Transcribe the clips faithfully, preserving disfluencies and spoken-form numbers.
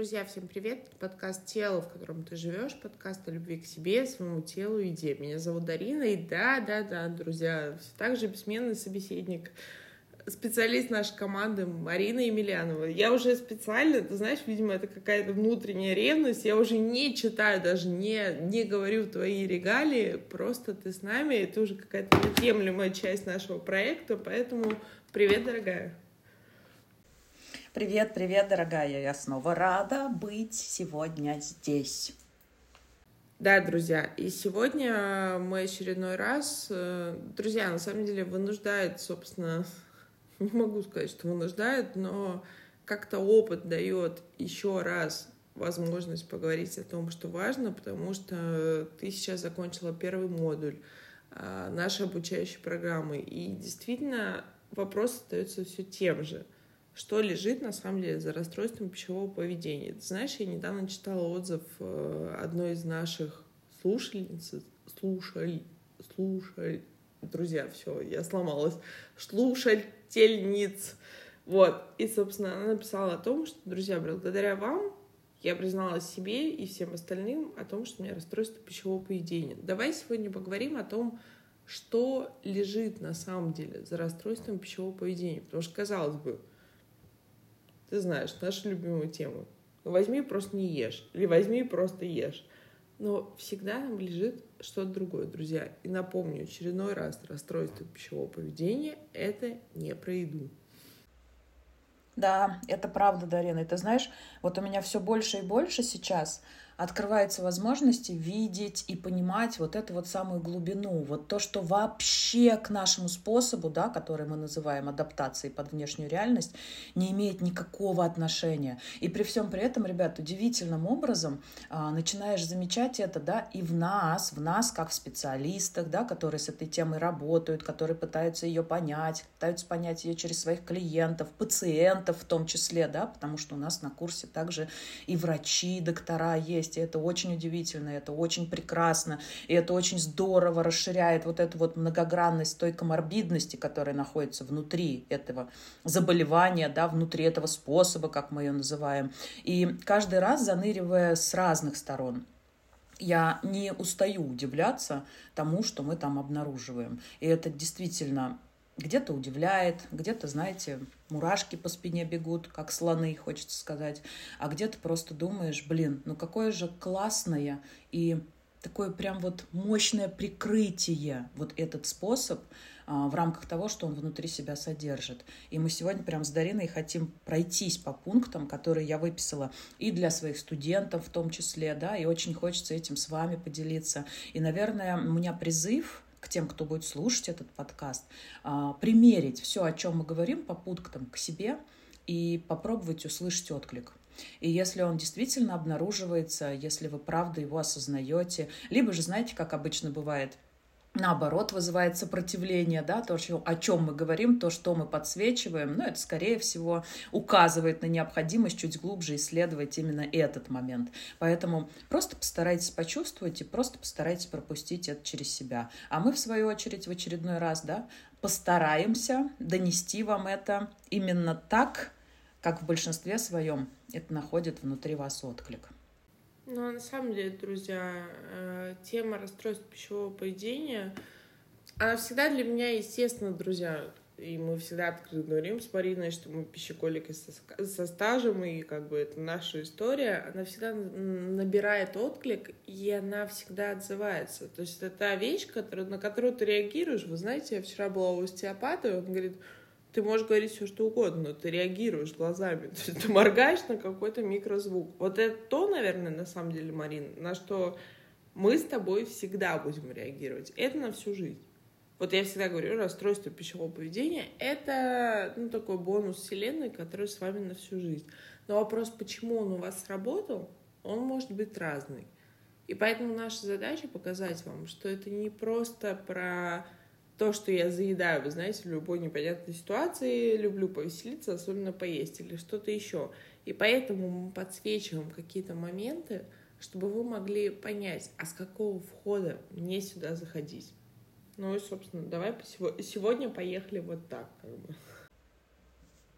Друзья, всем привет! Это подкаст «Тело, в котором ты живешь», подкаст о любви к себе, своему телу и еде. Меня зовут Дарина, и да-да-да, друзья, все так же бессменный собеседник, специалист нашей команды Марина Емельянова. Я уже специально, ты знаешь, видимо, это какая-то внутренняя ревность, я уже не читаю, даже не, не говорю твои регалии, просто ты с нами, это уже какая-то неотъемлемая часть нашего проекта, поэтому привет, дорогая! Привет, привет, дорогая! Я снова рада быть сегодня здесь. Да, друзья, и сегодня мы очередной раз, друзья, на самом деле вынуждает, собственно, не могу сказать, что вынуждает, но как-то опыт дает еще раз возможность поговорить о том, что важно, потому что ты сейчас закончила первый модуль нашей обучающей программы, и действительно вопрос остается все тем же. Что лежит, на самом деле, за расстройством пищевого поведения? Ты знаешь, я недавно читала отзыв одной из наших слушательниц, слушаль, слушаль, друзья, все, я сломалась, слушательниц, вот, и, собственно, она написала о том, что, друзья, благодаря вам я призналась себе и всем остальным о том, что у меня расстройство пищевого поведения. Давай сегодня поговорим о том, что лежит на самом деле за расстройством пищевого поведения, потому что, казалось бы, ты знаешь, нашу любимую тему. Возьми и просто не ешь. Или возьми и просто ешь. Но всегда там лежит что-то другое, друзья. И напомню, очередной раз, расстройство пищевого поведения — это не про еду. Да, это правда, Дарина. И ты знаешь, вот у меня все больше и больше сейчас открывается возможности видеть и понимать вот эту вот самую глубину, вот то, что вообще к нашему способу, да, который мы называем адаптацией под внешнюю реальность, не имеет никакого отношения. И при всем при этом, ребят, удивительным образом а, начинаешь замечать это, да, и в нас, в нас как в специалистах, да, которые с этой темой работают, которые пытаются ее понять, пытаются понять ее через своих клиентов, пациентов в том числе, да, потому что у нас на курсе также и врачи, и доктора есть. И это очень удивительно, это очень прекрасно, и это очень здорово расширяет вот эту вот многогранность той коморбидности, которая находится внутри этого заболевания, да, внутри этого способа, как мы ее называем. И каждый раз, заныривая с разных сторон, я не устаю удивляться тому, что мы там обнаруживаем. И это действительно где-то удивляет, где-то, знаете, мурашки по спине бегут, как слоны, хочется сказать, а где-то просто думаешь, блин, ну какое же классное и такое прям вот мощное прикрытие вот этот способ а, в рамках того, что он внутри себя содержит. И мы сегодня прям с Дариной хотим пройтись по пунктам, которые я выписала и для своих студентов в том числе, да, и очень хочется этим с вами поделиться. И, наверное, у меня призыв к тем, кто будет слушать этот подкаст, примерить все, о чем мы говорим, по пунктам к себе и попробовать услышать отклик. И если он действительно обнаруживается, если вы правда его осознаете, либо же, знаете, как обычно бывает, наоборот, вызывает сопротивление, да, то, о чем мы говорим, то, что мы подсвечиваем, но это, скорее всего, указывает на необходимость чуть глубже исследовать именно этот момент. Поэтому просто постарайтесь почувствовать и просто постарайтесь пропустить это через себя. А мы, в свою очередь, в очередной раз, да, постараемся донести вам это именно так, как в большинстве своем это находит внутри вас отклик. Ну, на самом деле, друзья, тема расстройств пищевого поведения, она всегда для меня, естественно, друзья, и мы всегда открыто говорим с Мариной, что мы пищеколики со, со стажем, и как бы это наша история, она всегда набирает отклик, и она всегда отзывается. То есть это та вещь, которую, на которую ты реагируешь. Вы знаете, я вчера была у остеопата, и он говорит: ты можешь говорить все, что угодно, но ты реагируешь глазами. То есть ты моргаешь на какой-то микрозвук. Вот это то, наверное, на самом деле, Марин, на что мы с тобой всегда будем реагировать. Это на всю жизнь. Вот я всегда говорю, расстройство пищевого поведения — это, ну, такой бонус вселенной, который с вами на всю жизнь. Но вопрос, почему он у вас сработал, он может быть разный. И поэтому наша задача показать вам, что это не просто про то, что я заедаю, вы знаете, в любой непонятной ситуации, люблю повеселиться, особенно поесть или что-то еще. И поэтому мы подсвечиваем какие-то моменты, чтобы вы могли понять, а с какого входа мне сюда заходить. Ну и, собственно, давай сегодня поехали вот так, как бы.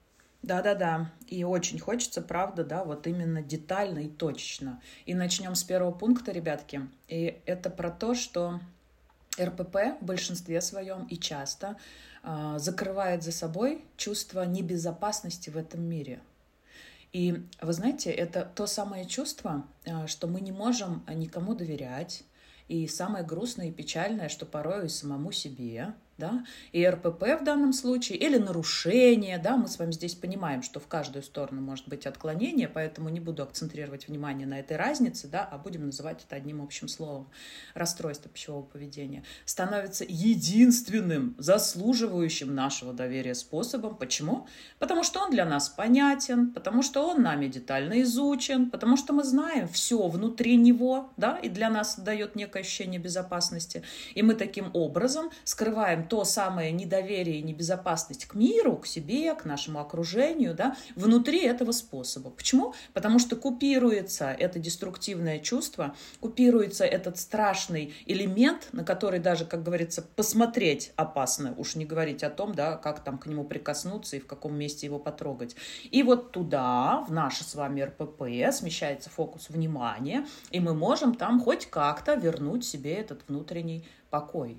Да-да-да, и очень хочется, правда, да, вот именно детально и точечно. И начнем с первого пункта, ребятки. И это про то, что эр пэ пэ в большинстве своем и часто э, закрывает за собой чувство небезопасности в этом мире. И вы знаете, это то самое чувство, э, что мы не можем никому доверять. И самое грустное и печальное, что порой и самому себе, да, и эр пэ пэ в данном случае, или нарушение, да, мы с вами здесь понимаем, что в каждую сторону может быть отклонение, поэтому не буду акцентрировать внимание на этой разнице, да, а будем называть это одним общим словом. Расстройство пищевого поведения становится единственным заслуживающим нашего доверия способом. Почему? Потому что он для нас понятен, потому что он нами детально изучен, потому что мы знаем все внутри него, да, и для нас дает некое ощущение безопасности. И мы таким образом скрываем то самое недоверие и небезопасность к миру, к себе, к нашему окружению, да, внутри этого способа. Почему? Потому что купируется это деструктивное чувство, купируется этот страшный элемент, на который даже, как говорится, посмотреть опасно, уж не говорить о том, да, как там к нему прикоснуться и в каком месте его потрогать. И вот туда, в наше с вами эр пэ пэ, смещается фокус внимания, и мы можем там хоть как-то вернуть себе этот внутренний покой.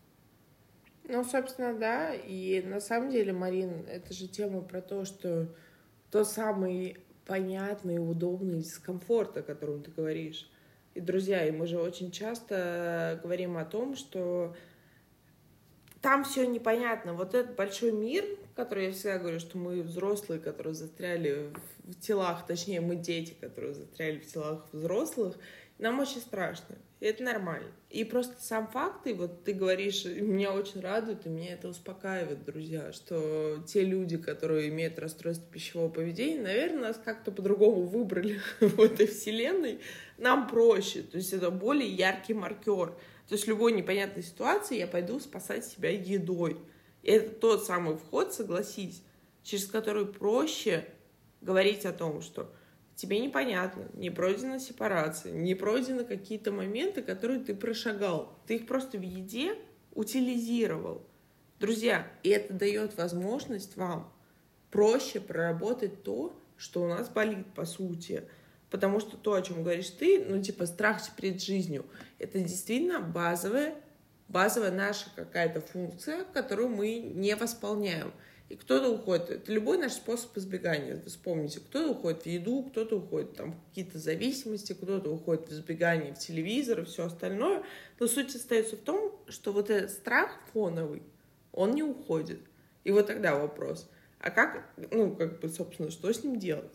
Ну, собственно, да, и на самом деле, Марин, это же тема про то, что тот самый понятный и удобный дискомфорт, о котором ты говоришь. И, друзья, и мы же очень часто говорим о том, что там все непонятно. Вот этот большой мир, который я всегда говорю, что мы взрослые, которые застряли в телах, точнее, мы дети, которые застряли в телах взрослых, нам очень страшно. И это нормально. И просто сам факт, и вот ты говоришь, меня очень радует, и меня это успокаивает, друзья, что те люди, которые имеют расстройство пищевого поведения, наверное, нас как-то по-другому выбрали в этой вселенной. Нам проще. То есть это более яркий маркер. То есть в любой непонятной ситуации я пойду спасать себя едой. И это тот самый вход, согласись, через который проще говорить о том, что тебе непонятно, не пройдена сепарация, не пройдены какие-то моменты, которые ты прошагал. Ты их просто в еде утилизировал. Друзья, и это дает возможность вам проще проработать то, что у нас болит, по сути. Потому что то, о чем говоришь ты, ну, типа, страх перед жизнью, это действительно базовая, базовая наша какая-то функция, которую мы не восполняем. И кто-то уходит, это любой наш способ избегания, вы вспомните, кто-то уходит в еду, кто-то уходит там, в какие-то зависимости, кто-то уходит в избегание в телевизор и все остальное. Но суть остается в том, что вот этот страх фоновый, он не уходит. И вот тогда вопрос, а как, ну, как бы, собственно, что с ним делать?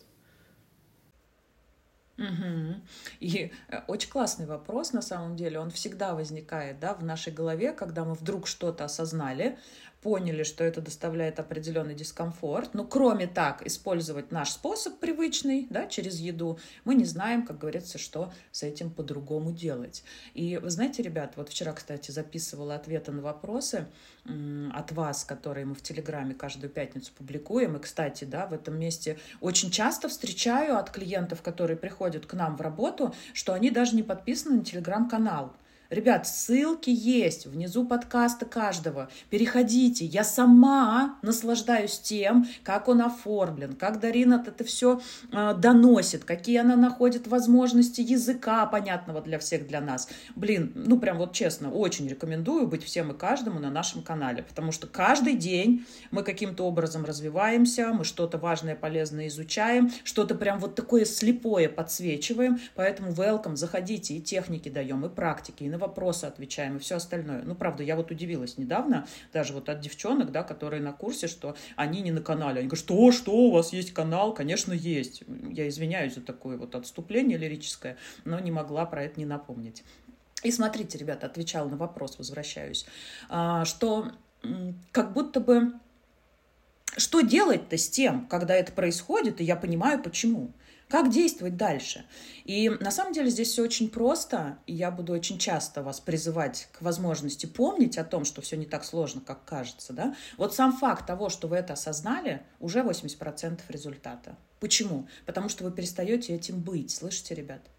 Угу. И очень классный вопрос, на самом деле, он всегда возникает, да, в нашей голове, когда мы вдруг что-то осознали, поняли, что это доставляет определенный дискомфорт, но кроме так использовать наш способ привычный, да, через еду, мы не знаем, как говорится, что с этим по-другому делать. И вы знаете, ребят, вот вчера, кстати, записывала ответы на вопросы от вас, которые мы в Телеграме каждую пятницу публикуем. И, кстати, да, в этом месте очень часто встречаю от клиентов, которые приходят к нам в работу, что они даже не подписаны на Телеграм-канал. Ребят, ссылки есть внизу подкаста каждого. Переходите. Я сама наслаждаюсь тем, как он оформлен, как Дарина это все э, доносит, какие она находит возможности языка, понятного для всех, для нас. Блин, ну прям вот честно, очень рекомендую быть всем и каждому на нашем канале, потому что каждый день мы каким-то образом развиваемся, мы что-то важное, полезное изучаем, что-то прям вот такое слепое подсвечиваем, поэтому welcome, заходите, и техники даем, и практики, и на вопросы отвечаем и все остальное. Ну, правда, я вот удивилась недавно, даже вот от девчонок, да, которые на курсе, что они не на канале. Они говорят, что, что, у вас есть канал? Конечно, есть. Я извиняюсь за такое вот отступление лирическое, но не могла про это не напомнить. И смотрите, ребята, отвечала на вопрос, возвращаюсь, что как будто бы, что делать-то с тем, когда это происходит, и я понимаю, почему. Как действовать дальше? И на самом деле здесь все очень просто, и я буду очень часто вас призывать к возможности помнить о том, что все не так сложно, как кажется. Да? Вот сам факт того, что вы это осознали, уже восемьдесят процентов результата. Почему? Потому что вы перестаете этим быть. Слышите, ребят?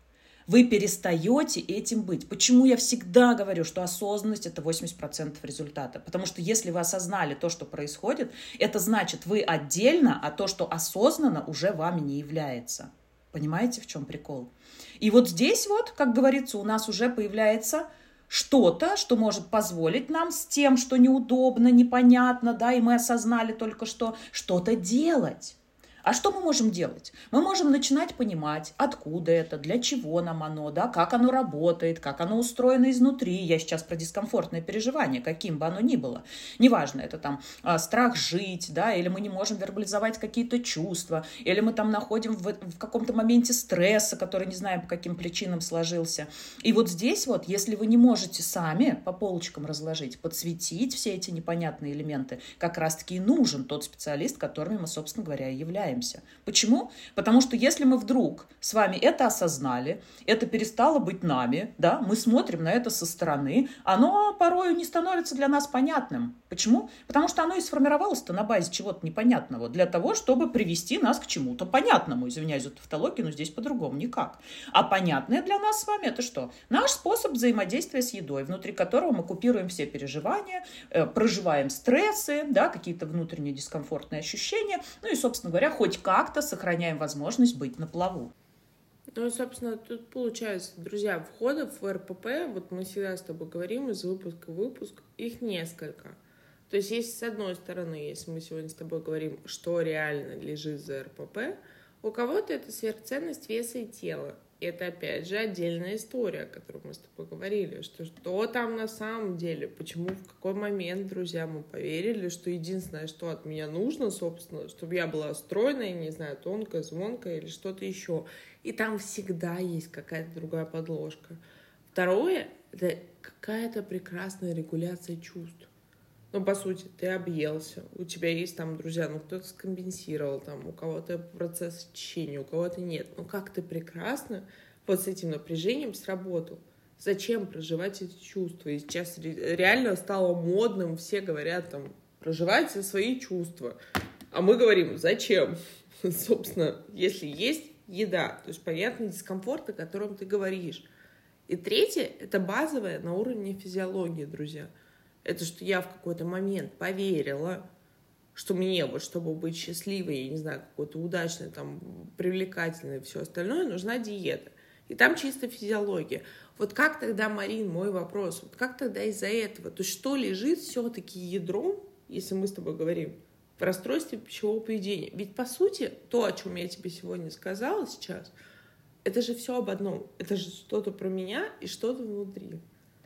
Вы перестаете этим быть. Почему я всегда говорю, что осознанность – это восемьдесят процентов результата? Потому что если вы осознали то, что происходит, это значит, вы отдельно, а то, что осознанно, уже вами не является. Понимаете, в чем прикол? И вот здесь вот, как говорится, у нас уже появляется что-то, что может позволить нам с тем, что неудобно, непонятно, да, и мы осознали только что, что-то делать. А что мы можем делать? Мы можем начинать понимать, откуда это, для чего нам оно, да, как оно работает, как оно устроено изнутри. Я сейчас про дискомфортное переживание, каким бы оно ни было. Неважно, это там а, страх жить, да, или мы не можем вербализовать какие-то чувства, или мы там находим в, в каком-то моменте стресса, который не знаем, по каким причинам сложился. И вот здесь вот, если вы не можете сами по полочкам разложить, подсветить все эти непонятные элементы, как раз-таки и нужен тот специалист, которыми мы, собственно говоря, и являемся. Почему? Потому что если мы вдруг с вами это осознали, это перестало быть нами, да, мы смотрим на это со стороны, оно порою не становится для нас понятным. Почему? Потому что оно и сформировалось-то на базе чего-то непонятного, для того, чтобы привести нас к чему-то понятному. Извиняюсь за тавтологию, но здесь по-другому никак. А понятное для нас с вами это что? Наш способ взаимодействия с едой, внутри которого мы купируем все переживания, э, проживаем стрессы, да, какие-то внутренние дискомфортные ощущения, ну и, собственно говоря, хоть как-то сохраняем возможность быть на плаву. Ну, собственно, тут получается, друзья, входов в эр пэ пэ, вот мы всегда с тобой говорим из выпуска в выпуск, их несколько. То есть, если с одной стороны, если мы сегодня с тобой говорим, что реально лежит за эр пэ пэ, у кого-то это сверхценность веса и тела. Это, опять же, отдельная история, о которой мы с тобой говорили, что что там на самом деле, почему, в какой момент, друзья, мы поверили, что единственное, что от меня нужно, собственно, чтобы я была стройная, не знаю, тонкая, звонкая или что-то еще. И там всегда есть какая-то другая подложка. Второе — это какая-то прекрасная регуляция чувств. Ну, по сути, ты объелся, у тебя есть там, друзья, ну, кто-то скомпенсировал, там, у кого-то процесс очищения, у кого-то нет. Ну, как ты прекрасно вот с этим напряжением сработал. Зачем проживать эти чувства? И сейчас реально стало модным, все говорят, там, проживайте свои чувства. А мы говорим, зачем? Собственно, если есть еда, то есть понятный дискомфорт, о котором ты говоришь. И третье, это базовое на уровне физиологии, друзья. Это что я в какой-то момент поверила, что мне, вот, чтобы быть счастливой, я не знаю, какой-то удачной, там, привлекательной и все остальное, нужна диета. И там чисто физиология. Вот как тогда, Марин, мой вопрос, вот как тогда из-за этого, то есть что лежит все-таки ядром, если мы с тобой говорим, в расстройстве пищевого поведения? Ведь, по сути, то, о чем я тебе сегодня сказала сейчас, это же все об одном. Это же что-то про меня и что-то внутри.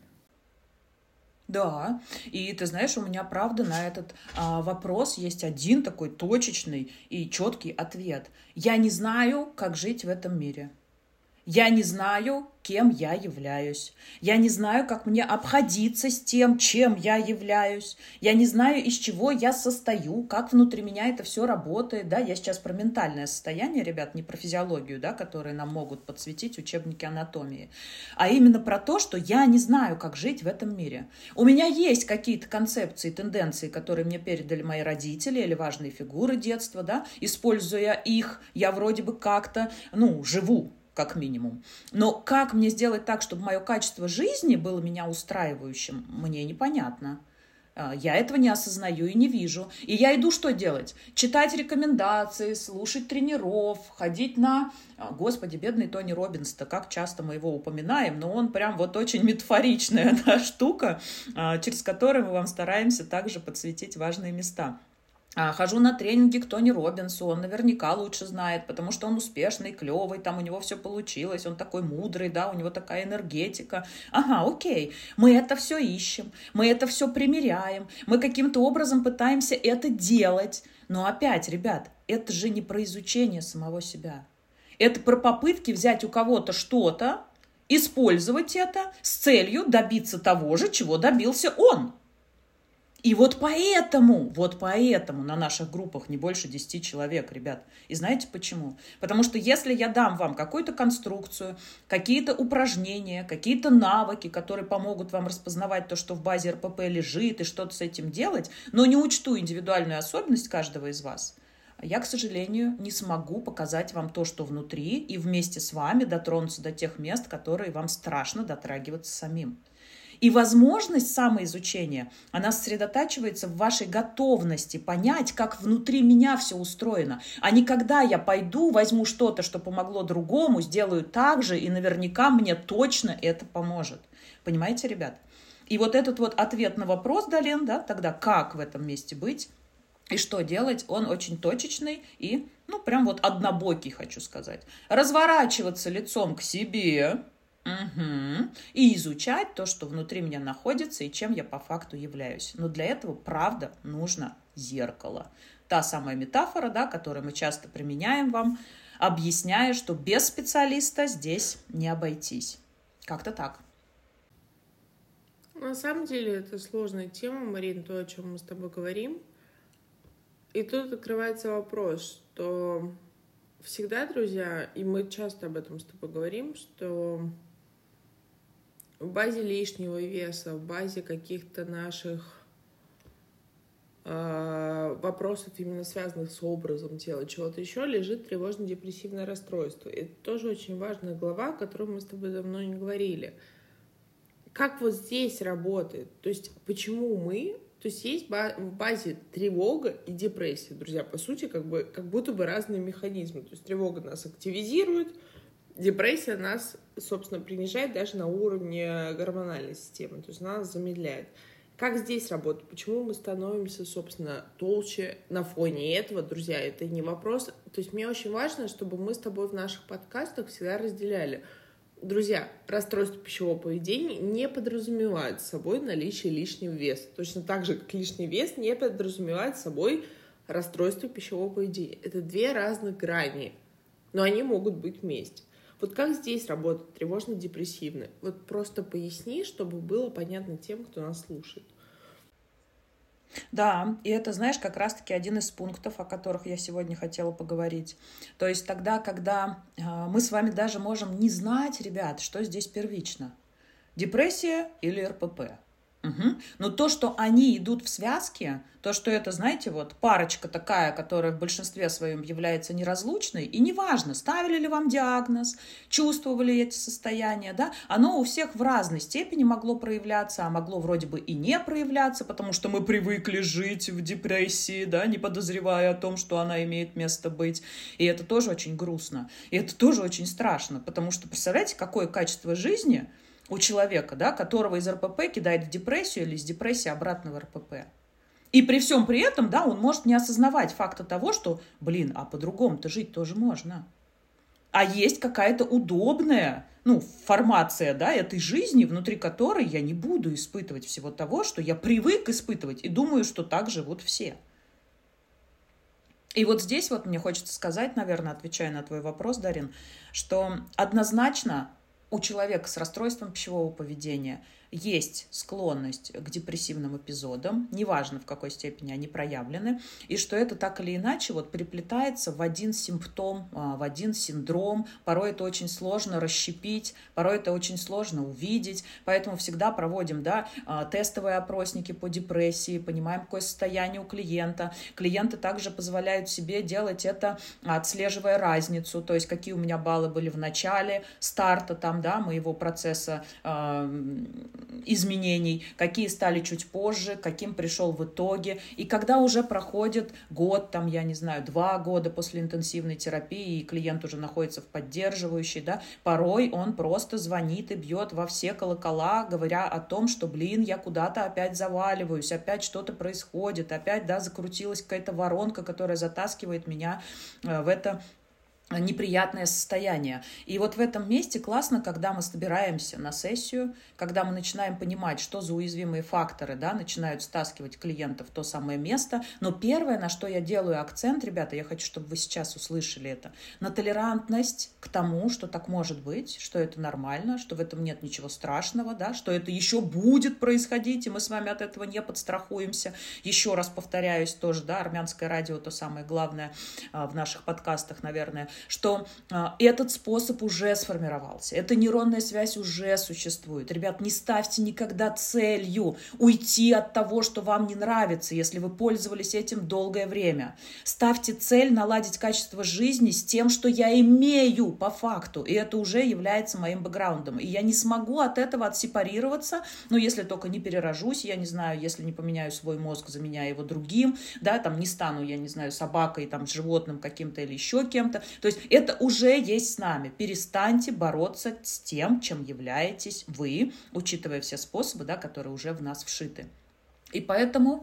Да, и ты знаешь, у меня, правда, на этот а, вопрос есть один такой точечный и четкий ответ. Я не знаю, как жить в этом мире. Я не знаю, кем я являюсь. Я не знаю, как мне обходиться с тем, чем я являюсь. Я не знаю, из чего я состою, как внутри меня это все работает. Да, я сейчас про ментальное состояние, ребят, не про физиологию, да, которые нам могут подсветить учебники анатомии, а именно про то, что я не знаю, как жить в этом мире. У меня есть какие-то концепции, тенденции, которые мне передали мои родители или важные фигуры детства, да, используя их, я вроде бы как-то, ну, живу, как минимум. Но как мне сделать так, чтобы мое качество жизни было меня устраивающим, мне непонятно. Я этого не осознаю и не вижу. И я иду что делать? Читать рекомендации, слушать тренеров, ходить на... Господи, бедный Тони Роббинс-то, как часто мы его упоминаем, но он прям вот очень метафоричная, да, штука, через которую мы вам стараемся также подсветить важные места. Хожу на тренинги к Тони Роббинсу, он наверняка лучше знает, потому что он успешный, клевый, там у него все получилось, он такой мудрый, да, у него такая энергетика. Ага, окей, мы это все ищем, мы это все примеряем, мы каким-то образом пытаемся это делать. Но опять, ребят, это же не про изучение самого себя. Это про попытки взять у кого-то что-то, использовать это с целью добиться того же, чего добился он. И вот поэтому, вот поэтому на наших группах не больше десяти человек, ребят. И знаете почему? Потому что если я дам вам какую-то конструкцию, какие-то упражнения, какие-то навыки, которые помогут вам распознавать то, что в базе эр пэ пэ лежит, и что-то с этим делать, но не учту индивидуальную особенность каждого из вас, я, к сожалению, не смогу показать вам то, что внутри, и вместе с вами дотронуться до тех мест, которые вам страшно дотрагиваться самим. И возможность самоизучения, она сосредотачивается в вашей готовности понять, как внутри меня все устроено. А не когда я пойду, возьму что-то, что помогло другому, сделаю так же, и наверняка мне точно это поможет. Понимаете, ребят? И вот этот вот ответ на вопрос, Дален, да, тогда как в этом месте быть и что делать, он очень точечный и, ну, прям вот однобокий, хочу сказать. Разворачиваться лицом к себе... Угу. И изучать то, что внутри меня находится и чем я по факту являюсь. Но для этого, правда, нужно зеркало. Та самая метафора, да, которую мы часто применяем вам, объясняя, что без специалиста здесь не обойтись. Как-то так. На самом деле это сложная тема, Марин, то, о чем мы с тобой говорим. И тут открывается вопрос, что всегда, друзья, и мы часто об этом с тобой говорим, что в базе лишнего веса, в базе каких-то наших э, вопросов, именно связанных с образом тела, чего-то еще, лежит тревожно-депрессивное расстройство. Это тоже очень важная глава, о которой мы с тобой давно не говорили. Как вот здесь работает? То есть почему мы... То есть есть в базе тревога и депрессия, друзья, по сути, как бы, как будто бы разные механизмы. То есть тревога нас активизирует, депрессия нас, собственно, принижает даже на уровне гормональной системы, то есть она нас замедляет. Как здесь работает? Почему мы становимся, собственно, толще на фоне этого, друзья? Это не вопрос. То есть мне очень важно, чтобы мы с тобой в наших подкастах всегда разделяли. Друзья, расстройство пищевого поведения не подразумевает собой наличие лишнего веса. Точно так же, как лишний вес не подразумевает собой расстройство пищевого поведения. Это две разных грани, но они могут быть вместе. Вот как здесь работает тревожно-депрессивное? Вот просто поясни, чтобы было понятно тем, кто нас слушает. Да, и это, знаешь, как раз-таки один из пунктов, о которых я сегодня хотела поговорить. То есть тогда, когда э, мы с вами даже можем не знать, ребят, что здесь первично. Депрессия или эр пэ пэ. Угу. Но то, что они идут в связке, то, что это, знаете, вот парочка такая, которая в большинстве своем является неразлучной, и неважно, ставили ли вам диагноз, чувствовали эти состояния, да, оно у всех в разной степени могло проявляться, а могло вроде бы и не проявляться, потому что мы привыкли жить в депрессии, да, не подозревая о том, что она имеет место быть. И это тоже очень грустно, и это тоже очень страшно, потому что, представляете, какое качество жизни у человека, да, которого из эр пэ пэ кидает в депрессию или из депрессии обратно в эр пэ пэ. И при всем при этом, да, он может не осознавать факта того, что, блин, а по-другому-то жить тоже можно. А есть какая-то удобная, ну, формация, да, этой жизни, внутри которой я не буду испытывать всего того, что я привык испытывать, и думаю, что так живут все. И вот здесь вот мне хочется сказать, наверное, отвечая на твой вопрос, Дарин, что однозначно у человека с расстройством пищевого поведения есть склонность к депрессивным эпизодам, неважно в какой степени они проявлены, и что это так или иначе вот переплетается в один симптом, в один синдром. Порой это очень сложно расщепить, порой это очень сложно увидеть, поэтому всегда проводим, да, тестовые опросники по депрессии, понимаем, какое состояние у клиента. Клиенты также позволяют себе делать это, отслеживая разницу, то есть какие у меня баллы были в начале старта там, да, моего процесса изменений, какие стали чуть позже, каким пришел в итоге. И когда уже проходит год, там, я не знаю, два года после интенсивной терапии, и клиент уже находится в поддерживающей, да, порой он просто звонит и бьет во все колокола, говоря о том, что, блин, я куда-то опять заваливаюсь, опять что-то происходит, опять, да, закрутилась какая-то воронка, которая затаскивает меня в это неприятное состояние. И вот в этом месте классно, когда мы собираемся на сессию, когда мы начинаем понимать, что за уязвимые факторы, да, начинают стаскивать клиента в то самое место. Но первое, на что я делаю акцент, ребята, я хочу, чтобы вы сейчас услышали это, на толерантность к тому, что так может быть, что это нормально, что в этом нет ничего страшного, да, что это еще будет происходить, и мы с вами от этого не подстрахуемся. Еще раз повторяюсь тоже, да, армянское радио, то самое главное в наших подкастах, наверное. что а, этот способ уже сформировался, эта нейронная связь уже существует. Ребят, не ставьте никогда целью уйти от того, что вам не нравится, если вы пользовались этим долгое время. Ставьте цель наладить качество жизни с тем, что я имею по факту, и это уже является моим бэкграундом. И я не смогу от этого отсепарироваться, ну, если только не перерожусь, я не знаю, если не поменяю свой мозг, заменяя его другим, да, там не стану, я не знаю, собакой, там, животным каким-то или еще кем-то. То есть это уже есть с нами. Перестаньте бороться с тем, чем являетесь вы, учитывая все способы, да, которые уже в нас вшиты. И поэтому,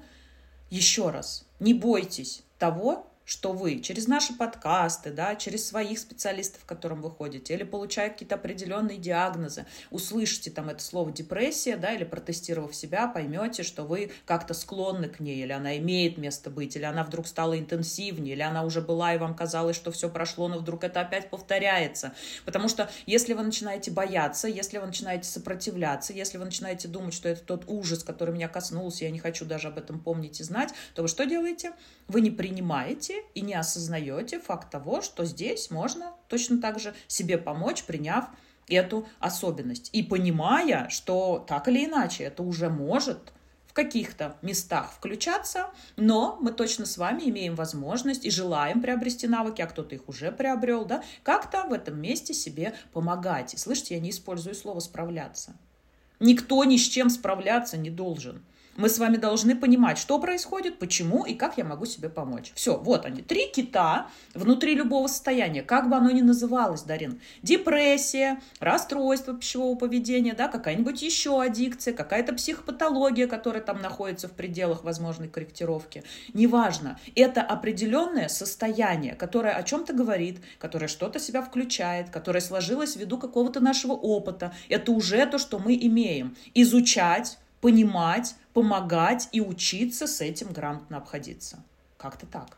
еще раз, не бойтесь того, что вы через наши подкасты, да, через своих специалистов, к которым вы ходите, или получая какие-то определенные диагнозы, услышите там это слово депрессия, да, или протестировав себя, поймете, что вы как-то склонны к ней, или она имеет место быть, или она вдруг стала интенсивнее, или она уже была, и вам казалось, что все прошло, но вдруг это опять повторяется. Потому что если вы начинаете бояться, если вы начинаете сопротивляться, если вы начинаете думать, что это тот ужас, который меня коснулся, я не хочу даже об этом помнить и знать, то вы что делаете? Вы не принимаете и не осознаете факт того, что здесь можно точно так же себе помочь, приняв эту особенность. И понимая, что так или иначе это уже может в каких-то местах включаться, но мы точно с вами имеем возможность и желаем приобрести навыки, а кто-то их уже приобрел, да, как-то в этом месте себе помогать. И слышите, я не использую слово «справляться». Никто ни с чем справляться не должен. Мы с вами должны понимать, что происходит, почему и как я могу себе помочь. Все, вот они, три кита внутри любого состояния, как бы оно ни называлось, Дарин. Депрессия, расстройство пищевого поведения, да, какая-нибудь еще аддикция, какая-то психопатология, которая там находится в пределах возможной корректировки. Неважно, это определенное состояние, которое о чем-то говорит, которое что-то себя включает, которое сложилось ввиду какого-то нашего опыта. Это уже то, что мы имеем. Изучать, понимать, помогать и учиться с этим грамотно обходиться. Как-то так.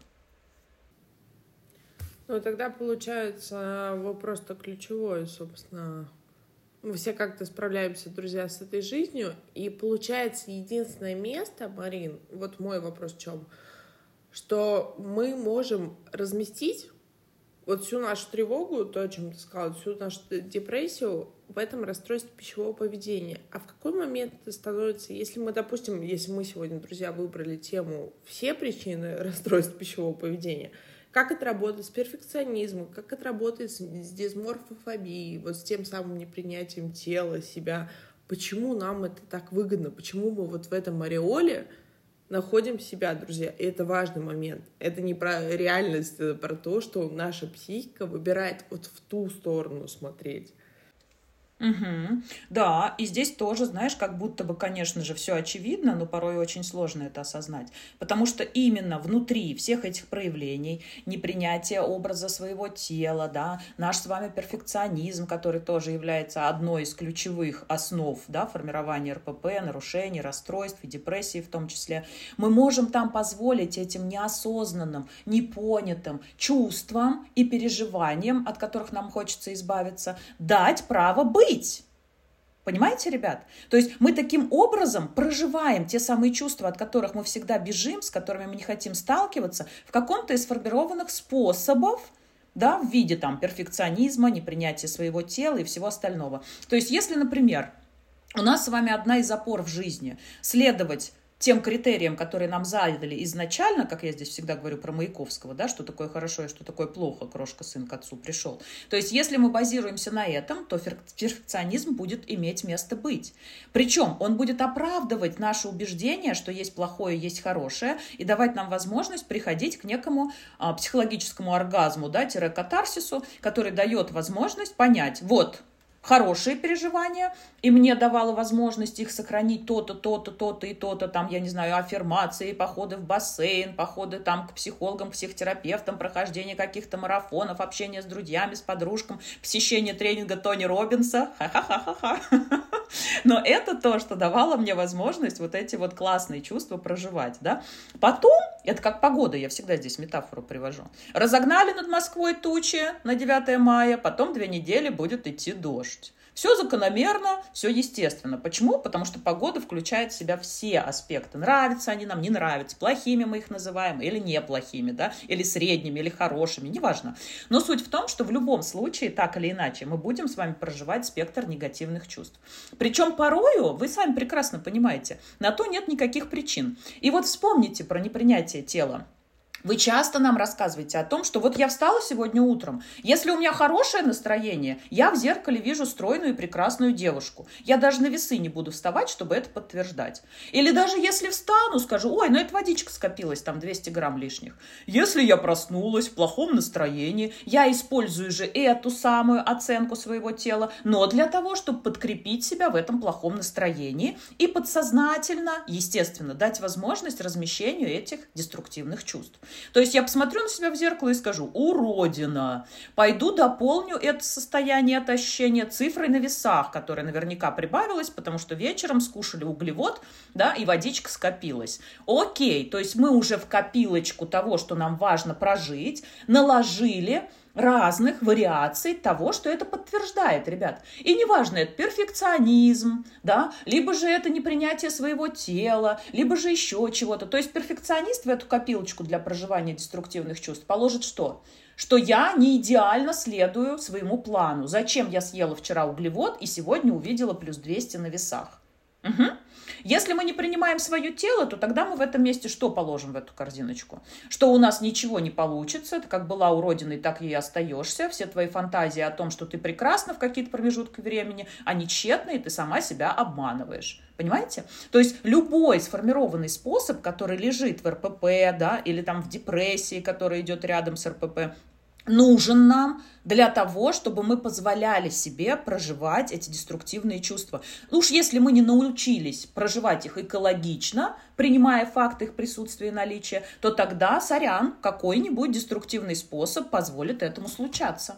Ну, тогда получается вопрос-то ключевой, собственно. Мы все как-то справляемся, друзья, с этой жизнью. И получается единственное место, Марин, вот мой вопрос в чем, что мы можем разместить вот всю нашу тревогу, то, о чем ты сказала, всю нашу депрессию в этом расстройстве пищевого поведения. А в какой момент это становится, если мы, допустим, если мы сегодня, друзья, выбрали тему «Все причины расстройства пищевого поведения», как это работает с перфекционизмом, как это работает с, с дисморфофобией, вот с тем самым непринятием тела, себя, почему нам это так выгодно, почему мы вот в этом ореоле находим себя, друзья. И это важный момент. Это не про реальность, это про то, что наша психика выбирает вот в ту сторону смотреть. Угу. Да, и здесь тоже, знаешь, как будто бы, конечно же, все очевидно, но порой очень сложно это осознать, потому что именно внутри всех этих проявлений, непринятие образа своего тела, да, наш с вами перфекционизм, который тоже является одной из ключевых основ, да, формирования эр пэ пэ, нарушений, расстройств и депрессии в том числе, мы можем там позволить этим неосознанным, непонятым чувствам и переживаниям, от которых нам хочется избавиться, дать право быть. Понимаете, ребят? То есть мы таким образом проживаем те самые чувства, от которых мы всегда бежим, с которыми мы не хотим сталкиваться, в каком-то из сформированных способов, да, в виде там перфекционизма, непринятия своего тела и всего остального. То есть если, например, у нас с вами одна из опор в жизни следовать тем критериям, которые нам задали изначально, как я здесь всегда говорю про Маяковского, да, что такое хорошо и что такое плохо, крошка сын к отцу пришел. То есть, если мы базируемся на этом, то перфекционизм будет иметь место быть. Причем он будет оправдывать наше убеждение, что есть плохое, есть хорошее, и давать нам возможность приходить к некому а, психологическому оргазму, да, катарсису, который дает возможность понять, вот, хорошие переживания, и мне давало возможность их сохранить то-то, то-то, то-то и то-то, там, я не знаю, аффирмации, походы в бассейн, походы там к психологам, к психотерапевтам, прохождение каких-то марафонов, общение с друзьями, с подружками, посещение тренинга Тони Роббинса, ха-ха-ха-ха-ха. Но это то, что давало мне возможность вот эти вот классные чувства проживать, да. Потом, это как погода, я всегда здесь метафору привожу, разогнали над Москвой тучи на девятое мая, потом две недели будет идти дождь. Все закономерно, все естественно. Почему? Потому что погода включает в себя все аспекты. Нравятся они нам, не нравятся. Плохими мы их называем или неплохими, да, или средними, или хорошими, неважно. Но суть в том, что в любом случае, так или иначе, мы будем с вами проживать спектр негативных чувств. Причем порою, вы сами прекрасно понимаете, на то нет никаких причин. И вот вспомните про непринятие тела. Вы часто нам рассказываете о том, что вот я встала сегодня утром, если у меня хорошее настроение, я в зеркале вижу стройную и прекрасную девушку. Я даже на весы не буду вставать, чтобы это подтверждать. Или даже если встану, скажу, ой, ну это водичка скопилась, там двести грамм лишних. Если я проснулась в плохом настроении, я использую же эту самую оценку своего тела, но для того, чтобы подкрепить себя в этом плохом настроении и подсознательно, естественно, дать возможность размещению этих деструктивных чувств. То есть я посмотрю на себя в зеркало и скажу, уродина, пойду дополню это состояние, это ощущение цифрой на весах, которая наверняка прибавилась, потому что вечером скушали углевод, да, и водичка скопилась. Окей, то есть мы уже в копилочку того, что нам важно прожить, наложили разных вариаций того, что это подтверждает, ребят. И неважно, это перфекционизм, да, либо же это непринятие своего тела, либо же еще чего-то. То есть перфекционист в эту копилочку для проживания деструктивных чувств положит что? Что я не идеально следую своему плану. Зачем я съела вчера углевод и сегодня увидела плюс двести на весах? Угу. Если мы не принимаем свое тело, то тогда мы в этом месте что положим в эту корзиночку? Что у нас ничего не получится, ты как была уродиной, так и остаешься. Все твои фантазии о том, что ты прекрасна в какие-то промежутки времени, они тщетные, ты сама себя обманываешь. Понимаете? То есть любой сформированный способ, который лежит в эр пэ пэ, да, или там в депрессии, которая идет рядом с эр пэ пэ, нужен нам для того, чтобы мы позволяли себе проживать эти деструктивные чувства. Ну уж если мы не научились проживать их экологично, принимая факт их присутствия и наличия, то тогда, сорян, какой-нибудь деструктивный способ позволит этому случаться.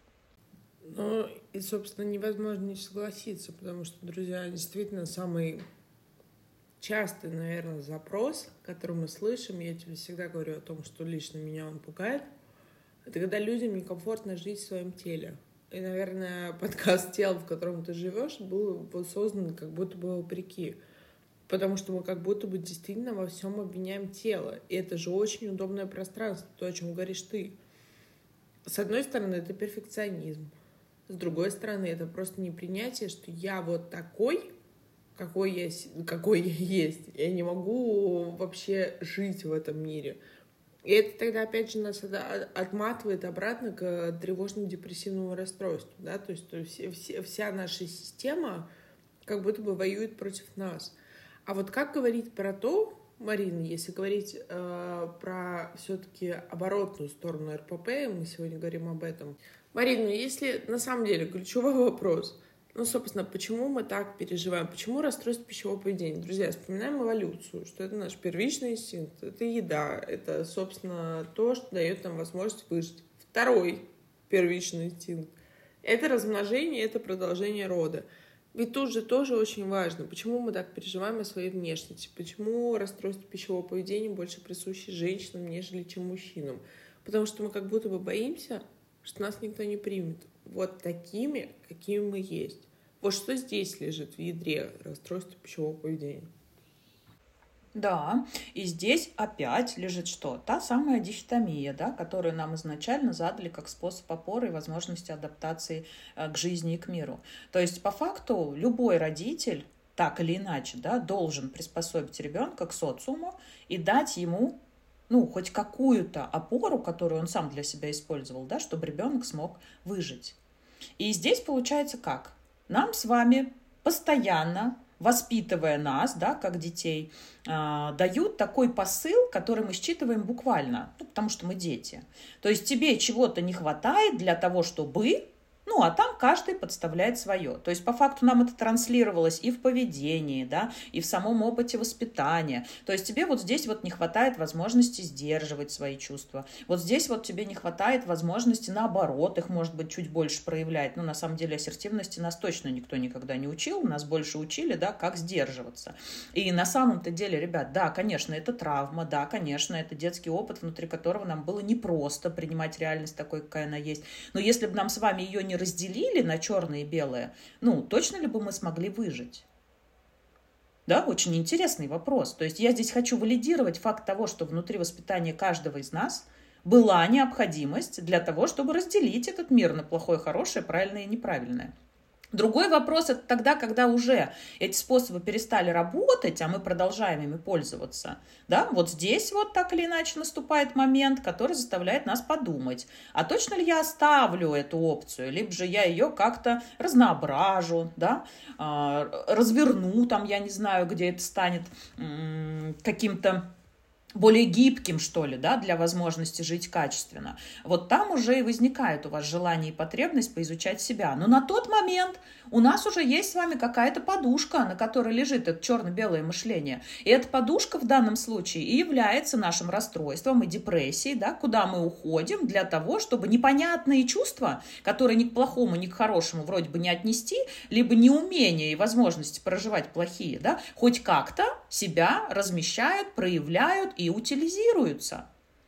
Ну и, собственно, невозможно не согласиться, потому что, друзья, действительно самый частый, наверное, запрос, который мы слышим, я тебе всегда говорю о том, что лично меня он пугает, это когда людям некомфортно жить в своем теле. И, наверное, подкаст «Тело, в котором ты живешь» был создан как будто бы вопреки. Потому что мы как будто бы действительно во всем обвиняем тело. И это же очень удобное пространство, то, о чем говоришь ты. С одной стороны, это перфекционизм. С другой стороны, это просто непринятие, что я вот такой, какой я, какой я есть. Я не могу вообще жить в этом мире. И это тогда, опять же, нас отматывает обратно к тревожно-депрессивному расстройству. Да? То есть, то есть все, все, вся наша система как будто бы воюет против нас. А вот как говорить про то, Марина, если говорить э, про все-таки оборотную сторону эр пэ пэ, мы сегодня говорим об этом. Марина, если на самом деле ключевой вопрос, ну, собственно, почему мы так переживаем? Почему расстройство пищевого поведения? Друзья, вспоминаем эволюцию, что это наш первичный инстинкт, это еда, это, собственно, то, что дает нам возможность выжить. Второй первичный инстинкт — это размножение, это продолжение рода. Ведь тут же тоже очень важно, почему мы так переживаем о своей внешности, почему расстройство пищевого поведения больше присуще женщинам, нежели чем мужчинам. Потому что мы как будто бы боимся, что нас никто не примет вот такими, какими мы есть. Вот что здесь лежит в ядре расстройства пищевого поведения. Да, и здесь опять лежит что? Та самая дихотомия, да, которую нам изначально задали как способ опоры и возможности адаптации к жизни и к миру. То есть, по факту, любой родитель, так или иначе, да, должен приспособить ребенка к социуму и дать ему, ну, хоть какую-то опору, которую он сам для себя использовал, да, чтобы ребенок смог выжить. И здесь получается как? Нам с вами постоянно, воспитывая нас, да, как детей, э, дают такой посыл, который мы считываем буквально, ну, потому что мы дети. То есть тебе чего-то не хватает для того, чтобы... Ну, а там каждый подставляет свое. То есть, по факту, нам это транслировалось и в поведении, да, и в самом опыте воспитания. То есть, тебе вот здесь вот не хватает возможности сдерживать свои чувства. Вот здесь вот тебе не хватает возможности, наоборот, их, может быть, чуть больше проявлять. Ну, на самом деле, ассертивности нас точно никто никогда не учил. Нас больше учили, да, как сдерживаться. И на самом-то деле, ребят, да, конечно, это травма, да, конечно, это детский опыт, внутри которого нам было непросто принимать реальность такой, какая она есть. Но если бы нам с вами ее не разделили на черное и белое, ну, точно ли бы мы смогли выжить? Да, очень интересный вопрос. То есть я здесь хочу валидировать факт того, что внутри воспитания каждого из нас была необходимость для того, чтобы разделить этот мир на плохое, хорошее, правильное и неправильное. Другой вопрос – это тогда, когда уже эти способы перестали работать, а мы продолжаем ими пользоваться. Да? Вот здесь вот так или иначе наступает момент, который заставляет нас подумать, а точно ли я оставлю эту опцию, либо же я ее как-то разноображу, да? разверну, там, я не знаю, где это станет м- каким-то более гибким, что ли, да, для возможности жить качественно. Вот там уже и возникает у вас желание и потребность поизучать себя. Но на тот момент у нас уже есть с вами какая-то подушка, на которой лежит это черно-белое мышление. И эта подушка в данном случае и является нашим расстройством и депрессией, да, куда мы уходим для того, чтобы непонятные чувства, которые ни к плохому, ни к хорошему вроде бы не отнести, либо неумение и возможности проживать плохие, да, хоть как-то себя размещают, проявляют и утилизируются.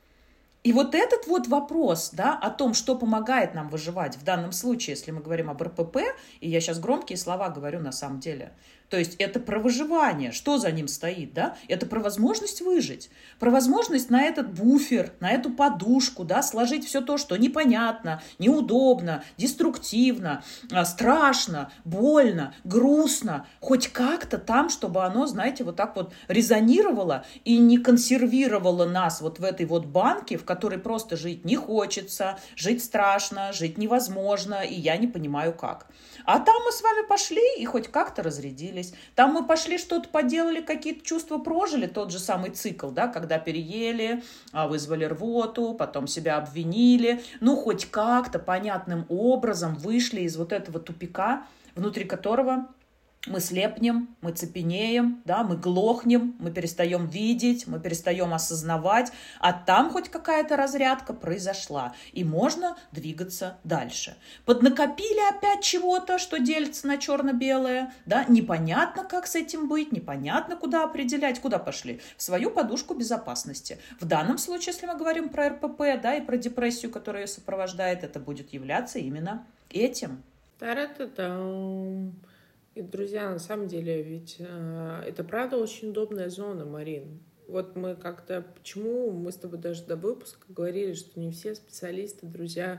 И вот этот вот вопрос, да, о том, что помогает нам выживать, в данном случае, если мы говорим об эр пэ пэ, и я сейчас громкие слова говорю на самом деле, то есть это про выживание, что за ним стоит, да, это про возможность выжить, про возможность на этот буфер, на эту подушку, да, сложить все то, что непонятно, неудобно, деструктивно, страшно, больно, грустно, хоть как-то там, чтобы оно, знаете, вот так вот резонировало и не консервировало нас вот в этой вот банке, в которой просто жить не хочется, жить страшно, жить невозможно, и я не понимаю как. А там мы с вами пошли и хоть как-то разрядились. Там мы пошли, что-то поделали, какие-то чувства прожили, тот же самый цикл, да, когда переели, вызвали рвоту, потом себя обвинили, ну хоть как-то понятным образом вышли из вот этого тупика, внутри которого мы слепнем, мы цепенеем, да, мы глохнем, мы перестаем видеть, мы перестаем осознавать, а там хоть какая-то разрядка произошла, и можно двигаться дальше. Поднакопили опять чего-то, что делится на черно-белое, да, непонятно, как с этим быть, непонятно, куда определять, куда пошли? В свою подушку безопасности. В данном случае, если мы говорим про эр пэ пэ, да, и про депрессию, которая ее сопровождает, это будет являться именно этим. Та-ра-та-дам. И, друзья, на самом деле, ведь э, это правда очень удобная зона, Марин. Вот мы как-то, почему мы с тобой даже до выпуска говорили, что не все специалисты, друзья,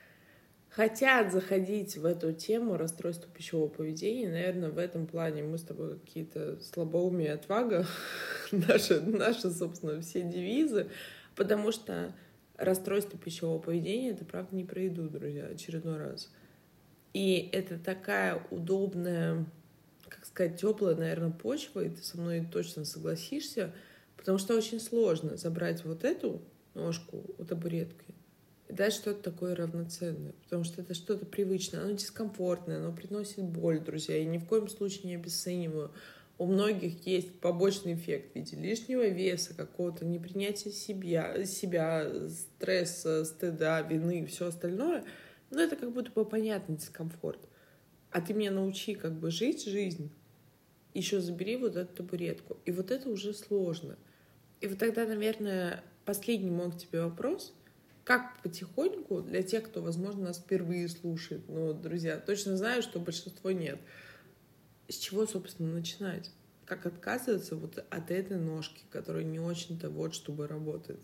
хотят заходить в эту тему расстройства пищевого поведения. Наверное, в этом плане мы с тобой какие-то слабоумие и отвага, наши, наши, собственно, все девизы, потому что расстройство пищевого поведения — это, правда, не про еду, друзья, очередной раз. И это такая удобная, как сказать, теплая, наверное, почва, и ты со мной точно согласишься, потому что очень сложно забрать вот эту ножку у табуретки и дать что-то такое равноценное, потому что это что-то привычное, оно дискомфортное, оно приносит боль, друзья, и ни в коем случае не обесцениваю. У многих есть побочный эффект в виде лишнего веса, какого-то непринятия себя, себя, стресса, стыда, вины и все остальное. Но это как будто бы понятный дискомфорт. А ты меня научи как бы жить жизнь, еще забери вот эту табуретку. И вот это уже сложно. И вот тогда, наверное, последний мой к тебе вопрос. Как потихоньку, для тех, кто, возможно, нас впервые слушает, ну, друзья, точно знаю, что большинство нет, с чего, собственно, начинать? Как отказываться вот от этой ножки, которая не очень-то вот чтобы работает?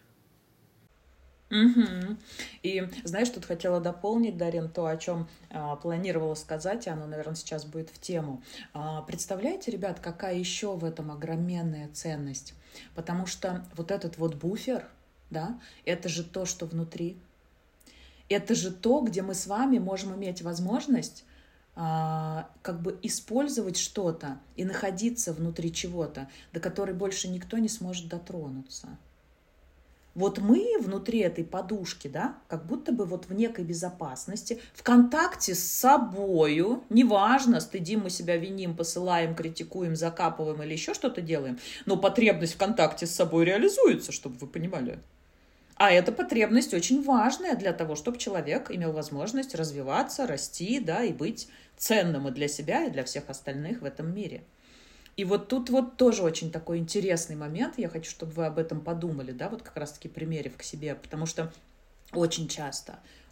Угу. И знаешь, тут хотела дополнить, Дарин, то, о чем а, планировала сказать, и оно, наверное, сейчас будет в тему. А, представляете, ребят, какая еще в этом огроменная ценность? Потому что вот этот вот буфер, да, это же то, что внутри. Это же то, где мы с вами можем иметь возможность а, как бы использовать что-то и находиться внутри чего-то, до которой больше никто не сможет дотронуться. Вот мы внутри этой подушки, да, как будто бы вот в некой безопасности, в контакте с собою, неважно, стыдим мы себя, виним, посылаем, критикуем, закапываем или еще что-то делаем, но потребность в контакте с собой реализуется, чтобы вы понимали. А эта потребность очень важная для того, чтобы человек имел возможность развиваться, расти, да, и быть ценным и для себя, и для всех остальных в этом мире. И вот тут вот тоже очень такой интересный момент. Я хочу, чтобы вы об этом подумали, да, вот как раз-таки примерив к себе, потому что очень часто,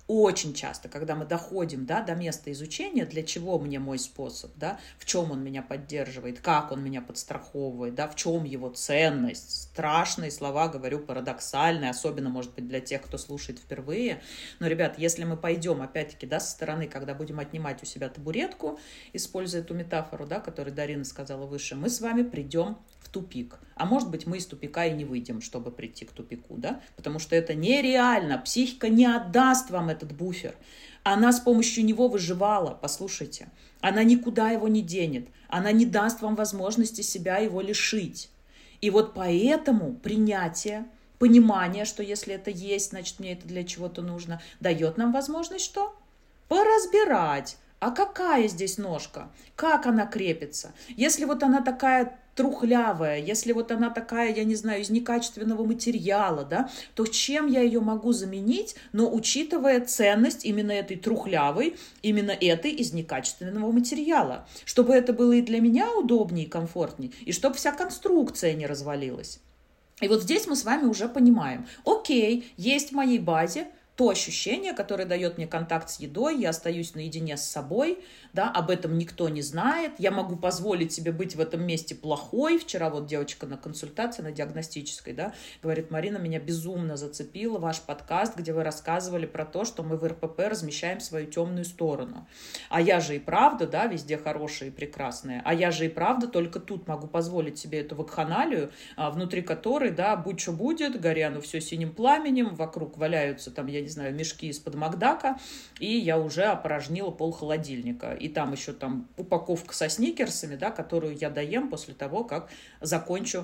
очень часто, когда мы доходим, да, до места изучения, для чего мне мой способ, да, в чем он меня поддерживает, как он меня подстраховывает, да, в чем его ценность. Страшные слова, говорю, парадоксальные, особенно, может быть, для тех, кто слушает впервые. Но, ребят, если мы пойдем, опять-таки, да, со стороны, когда будем отнимать у себя табуретку, используя эту метафору, да, которую Дарина сказала выше, мы с вами придем в тупик. А может быть, мы из тупика и не выйдем, чтобы прийти к тупику, да, потому что это нереально. Психика не отдаст вам этот буфер. Она с помощью него выживала, послушайте. Она никуда его не денет. Она не даст вам возможности себя его лишить. И вот поэтому принятие, понимание, что если это есть, значит, мне это для чего-то нужно, дает нам возможность что? Поразбирать. А какая здесь ножка? Как она крепится? Если вот она такая трухлявая, если вот она такая, я не знаю, из некачественного материала, да, то чем я ее могу заменить, но учитывая ценность именно этой трухлявой, именно этой из некачественного материала, чтобы это было и для меня удобнее и комфортнее, и чтобы вся конструкция не развалилась. И вот здесь мы с вами уже понимаем, окей, есть в моей базе то ощущение, которое дает мне контакт с едой, я остаюсь наедине с собой, да, об этом никто не знает, я могу позволить себе быть в этом месте плохой. Вчера вот девочка на консультации, на диагностической, да, говорит: Марина, меня безумно зацепила ваш подкаст, где вы рассказывали про то, что мы в эр пэ пэ размещаем свою темную сторону. А я же и правда, да, везде хорошая и прекрасная, а я же и правда только тут могу позволить себе эту вакханалию, внутри которой, да, будь что будет, горяну все синим пламенем, вокруг валяются там, я не знаю, мешки из-под Макдака, и я уже опорожнила пол холодильника. И там еще там упаковка со сникерсами, да, которую я доем после того, как закончу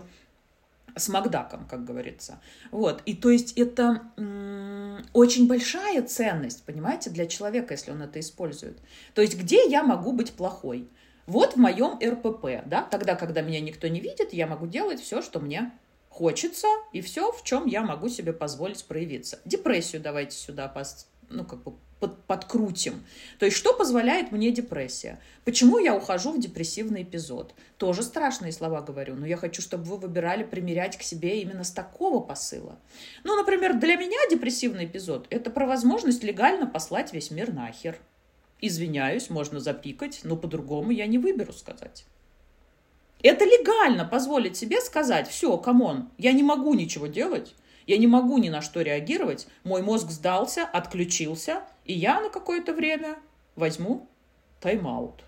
с Макдаком, как говорится. Вот. И то есть это м- очень большая ценность, понимаете, для человека, если он это использует. То есть где я могу быть плохой? Вот в моем эр пэ пэ, да, тогда, когда меня никто не видит, я могу делать все, что мне хочется, и все, в чем я могу себе позволить проявиться. Депрессию давайте сюда пос, ну, как бы под, подкрутим. То есть что позволяет мне депрессия? Почему я ухожу в депрессивный эпизод? Тоже страшные слова говорю, но я хочу, чтобы вы выбирали примерять к себе именно с такого посыла. Ну, например, для меня депрессивный эпизод – это про возможность легально послать весь мир нахер. Извиняюсь, можно запикать, но по-другому я не выберу сказать. Это легально позволить себе сказать: все, камон, я не могу ничего делать, я не могу ни на что реагировать, мой мозг сдался, отключился, и я на какое-то время возьму тайм-аут.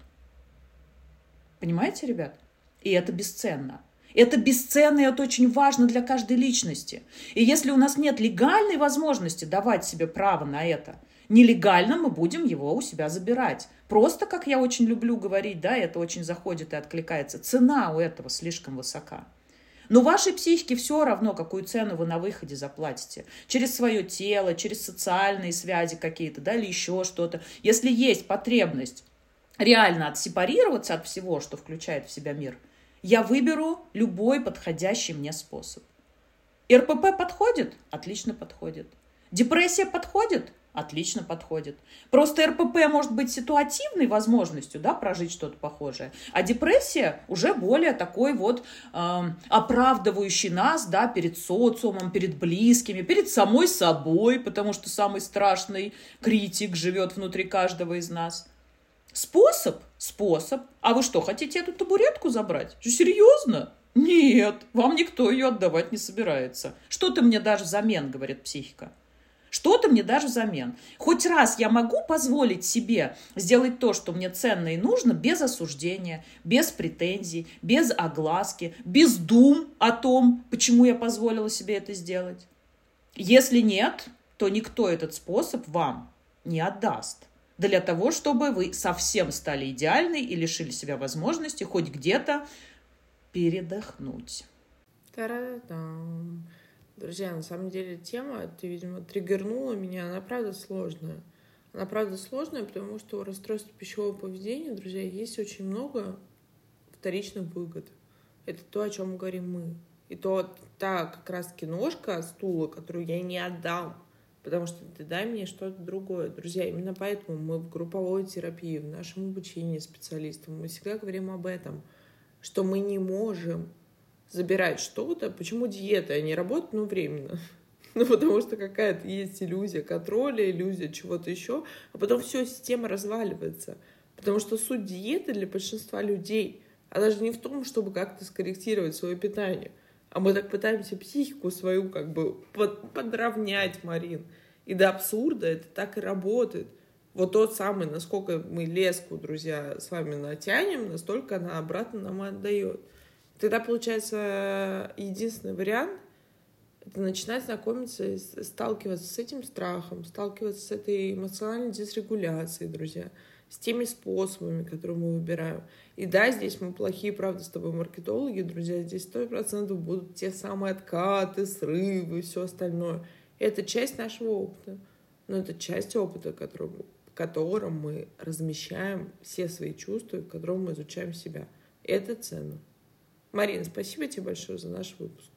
Понимаете, ребят? И это бесценно. Это бесценно, и это очень важно для каждой личности. И если у нас нет легальной возможности давать себе право на это, нелегально мы будем его у себя забирать. Просто, как я очень люблю говорить, да, это очень заходит и откликается, цена у этого слишком высока. Но вашей психике все равно, какую цену вы на выходе заплатите. Через свое тело, через социальные связи какие-то, да, или еще что-то. Если есть потребность реально отсепарироваться от всего, что включает в себя мир, я выберу любой подходящий мне способ. эр пэ пэ подходит? Отлично подходит. Депрессия подходит? Отлично подходит. Просто эр пэ пэ может быть ситуативной возможностью, да, прожить что-то похожее, а депрессия уже более такой вот э, оправдывающий нас, да, перед социумом, перед близкими, перед самой собой, потому что самый страшный критик живет внутри каждого из нас. Способ? Способ. А вы что, хотите эту табуретку забрать? Что, серьезно? Нет, вам никто ее отдавать не собирается. Что ты мне дашь взамен, говорит психика. Что ты мне дашь взамен? Хоть раз я могу позволить себе сделать то, что мне ценно и нужно, без осуждения, без претензий, без огласки, без дум о том, почему я позволила себе это сделать. Если нет, то никто этот способ вам не отдаст. Для того, чтобы вы совсем стали идеальны и лишили себя возможности хоть где-то передохнуть. Та-ра-дам. Друзья, на самом деле тема, ты, видимо, триггернула меня, она правда сложная. Она правда сложная, потому что у расстройства пищевого поведения, друзья, есть очень много вторичных выгод. Это то, о чем говорим мы. И то та как раз-таки ножка стула, которую я не отдам, потому что ты дай мне что-то другое. Друзья, именно поэтому мы в групповой терапии, в нашем обучении специалистам, мы всегда говорим об этом, что мы не можем забирать что-то. Почему диета не работает? Ну, временно. Ну, потому что какая-то есть иллюзия контроля, иллюзия чего-то еще, а потом все, система разваливается. Потому что суть диеты для большинства людей, а даже не в том, чтобы как-то скорректировать свое питание, а мы так пытаемся психику свою как бы под, подровнять, Марин. И до абсурда это так и работает. Вот тот самый, насколько мы леску, друзья, с вами натянем, настолько она обратно нам отдает. Тогда, получается, единственный вариант — это начинать знакомиться, сталкиваться с этим страхом, сталкиваться с этой эмоциональной дисрегуляцией, друзья, с теми способами, которые мы выбираем. И да, здесь мы плохие, правда, с тобой маркетологи, друзья, здесь сто процентов будут те самые откаты, срывы и все остальное. Это часть нашего опыта. Но это часть опыта, который, в котором мы размещаем все свои чувства, в котором мы изучаем себя. Это ценно. Марина, спасибо тебе большое за наш выпуск.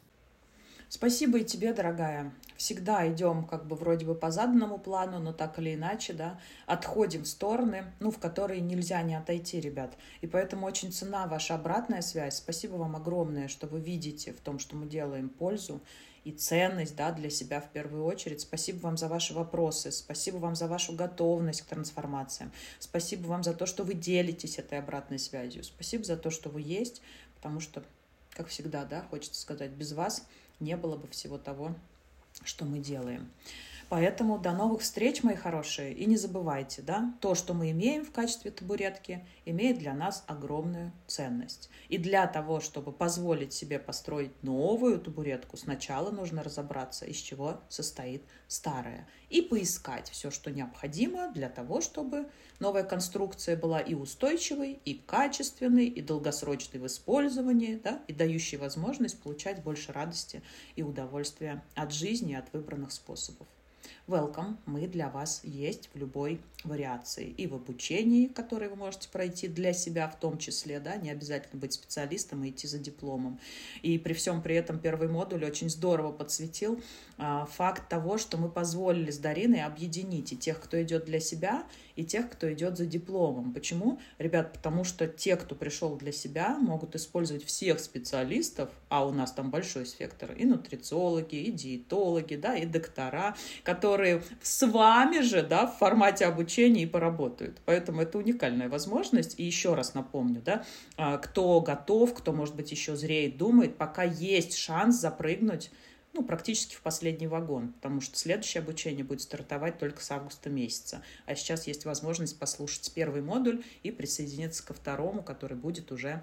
Спасибо и тебе, дорогая. Всегда идем как бы вроде бы по заданному плану, но так или иначе, да, отходим в стороны, ну, в которые нельзя не отойти, ребят. И поэтому очень ценна ваша обратная связь. Спасибо вам огромное, что вы видите в том, что мы делаем, пользу и ценность, да, для себя в первую очередь. Спасибо вам за ваши вопросы, спасибо вам за вашу готовность к трансформациям, спасибо вам за то, что вы делитесь этой обратной связью, спасибо за то, что вы есть, потому что, как всегда, да, хочется сказать, без вас не было бы всего того, что мы делаем. Поэтому до новых встреч, мои хорошие. И не забывайте, да, то, что мы имеем в качестве табуретки, имеет для нас огромную ценность. И для того, чтобы позволить себе построить новую табуретку, сначала нужно разобраться, из чего состоит старая. И поискать все, что необходимо для того, чтобы новая конструкция была и устойчивой, и качественной, и долгосрочной в использовании, да, и дающей возможность получать больше радости и удовольствия от жизни, от выбранных способов. Welcome, мы для вас есть в любой вариации. И в обучении, которое вы можете пройти для себя в том числе, да, не обязательно быть специалистом и идти за дипломом. И при всем при этом первый модуль очень здорово подсветил а, факт того, что мы позволили с Дариной объединить и тех, кто идет для себя, и тех, кто идет за дипломом. Почему? Ребят, потому что те, кто пришел для себя, могут использовать всех специалистов, а у нас там большой спектр, и нутрициологи, и диетологи, да, и доктора, которые с вами же, да, в формате обучения и поработают. Поэтому это уникальная возможность. И еще раз напомню, да, кто готов, кто, может быть, еще зреет, думает, пока есть шанс запрыгнуть, ну, практически в последний вагон, потому что следующее обучение будет стартовать только с августа месяца. А сейчас есть возможность послушать первый модуль и присоединиться ко второму, который будет уже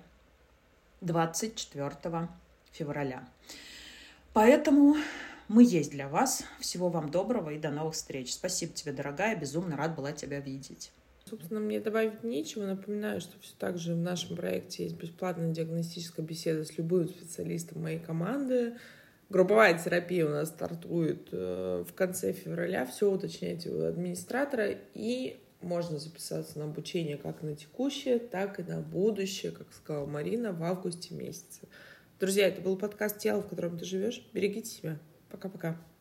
двадцать четвёртого февраля. Поэтому мы есть для вас. Всего вам доброго и до новых встреч. Спасибо тебе, дорогая. Безумно рад была тебя видеть. Собственно, мне добавить нечего. Напоминаю, что все так же в нашем проекте есть бесплатная диагностическая беседа с любым специалистом моей команды. Групповая терапия у нас стартует в конце февраля. Все уточняйте у администратора. И можно записаться на обучение как на текущее, так и на будущее, как сказала Марина, в августе месяце. Друзья, это был подкаст «Тело, в котором ты живешь». Берегите себя. Пока-пока.